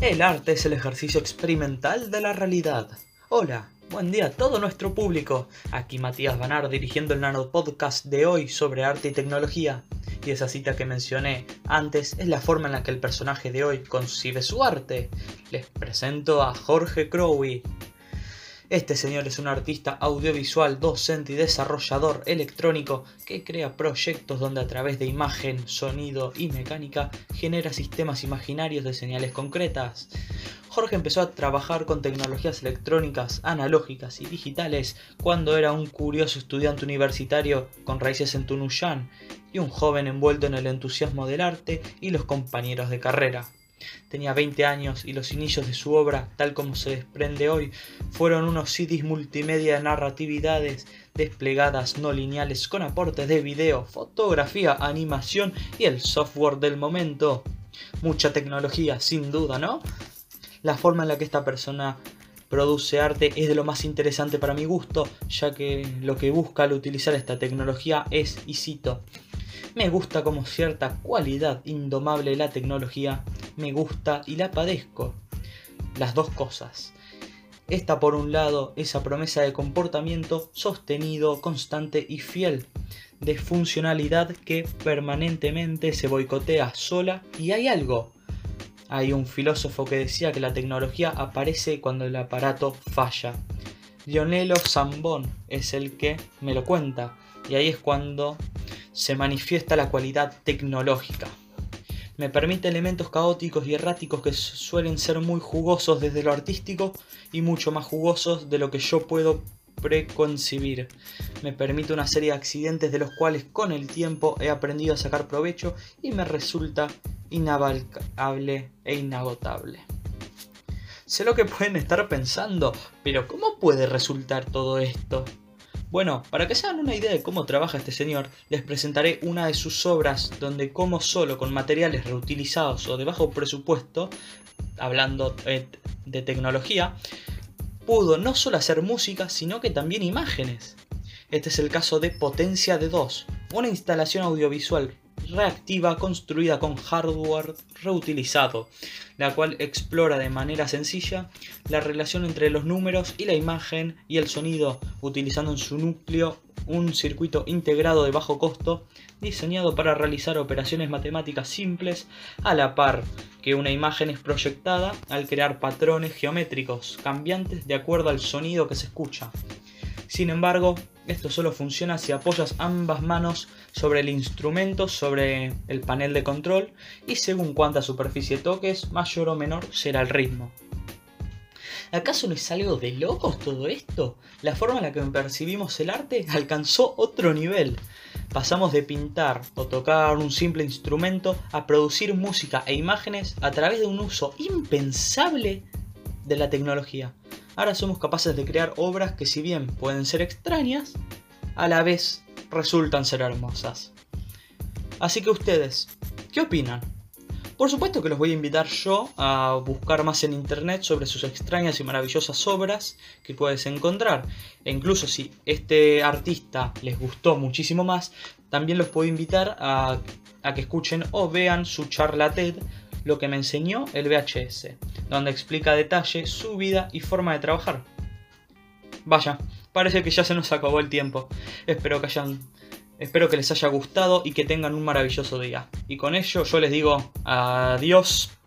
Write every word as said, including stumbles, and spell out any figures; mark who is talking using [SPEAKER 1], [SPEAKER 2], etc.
[SPEAKER 1] El arte es el ejercicio experimental de la realidad. Hola, buen día a todo nuestro público. Aquí Matías Banar dirigiendo el Nano Podcast de hoy sobre arte y tecnología. Y esa cita que mencioné antes es la forma en la que el personaje de hoy concibe su arte. Les presento a Jorge Crowe. Este señor es un artista audiovisual, docente y desarrollador electrónico que crea proyectos donde a través de imagen, sonido y mecánica genera sistemas imaginarios de señales concretas. Jorge empezó a trabajar con tecnologías electrónicas, analógicas y digitales cuando era un curioso estudiante universitario con raíces en Tunuyán y un joven envuelto en el entusiasmo del arte y los compañeros de carrera. Tenía veinte años y los inicios de su obra, tal como se desprende hoy, fueron unos C Ds multimedia de narratividades desplegadas no lineales con aportes de video, fotografía, animación y el software del momento. Mucha tecnología, sin duda, ¿no? La forma en la que esta persona produce arte es de lo más interesante para mi gusto, ya que lo que busca al utilizar esta tecnología es, y cito, me gusta como cierta cualidad indomable de la tecnología, me gusta y la padezco. Las dos cosas. Esta por un lado, esa promesa de comportamiento sostenido, constante y fiel, de funcionalidad que permanentemente se boicotea sola y hay algo. Hay un filósofo que decía que la tecnología aparece cuando el aparato falla. Leonello Zambon es el que me lo cuenta y ahí es cuando se manifiesta la cualidad tecnológica. Me permite elementos caóticos y erráticos que suelen ser muy jugosos desde lo artístico y mucho más jugosos de lo que yo puedo preconcebir. Me permite una serie de accidentes de los cuales con el tiempo he aprendido a sacar provecho y me resulta inabarcable e inagotable. Sé lo que pueden estar pensando, pero ¿cómo puede resultar todo esto? Bueno, para que se hagan una idea de cómo trabaja este señor, les presentaré una de sus obras donde como solo con materiales reutilizados o de bajo presupuesto, hablando eh, de tecnología, pudo no solo hacer música, sino que también imágenes. Este es el caso de Potencia de dos, una instalación audiovisual reactiva construida con hardware reutilizado, la cual explora de manera sencilla la relación entre los números y la imagen y el sonido, utilizando en su núcleo un circuito integrado de bajo costo diseñado para realizar operaciones matemáticas simples a la par que una imagen es proyectada al crear patrones geométricos cambiantes de acuerdo al sonido que se escucha. Sin embargo, esto solo funciona si apoyas ambas manos sobre el instrumento, sobre el panel de control, y según cuánta superficie toques, mayor o menor será el ritmo. ¿Acaso no es algo de locos todo esto? La forma en la que percibimos el arte alcanzó otro nivel. Pasamos de pintar o tocar un simple instrumento a producir música e imágenes a través de un uso impensable de la tecnología. Ahora somos capaces de crear obras que, si bien pueden ser extrañas, a la vez resultan ser hermosas. Así que ustedes, ¿qué opinan? Por supuesto que los voy a invitar yo a buscar más en internet sobre sus extrañas y maravillosas obras que puedes encontrar. E incluso si este artista les gustó muchísimo más, también los puedo invitar a, a que escuchen o vean su charla TED, Lo que me enseñó el V H S, donde explica a detalle su vida y forma de trabajar. Vaya, parece que ya se nos acabó el tiempo. Espero que hayan, espero que les haya gustado y que tengan un maravilloso día. Y con ello yo les digo adiós.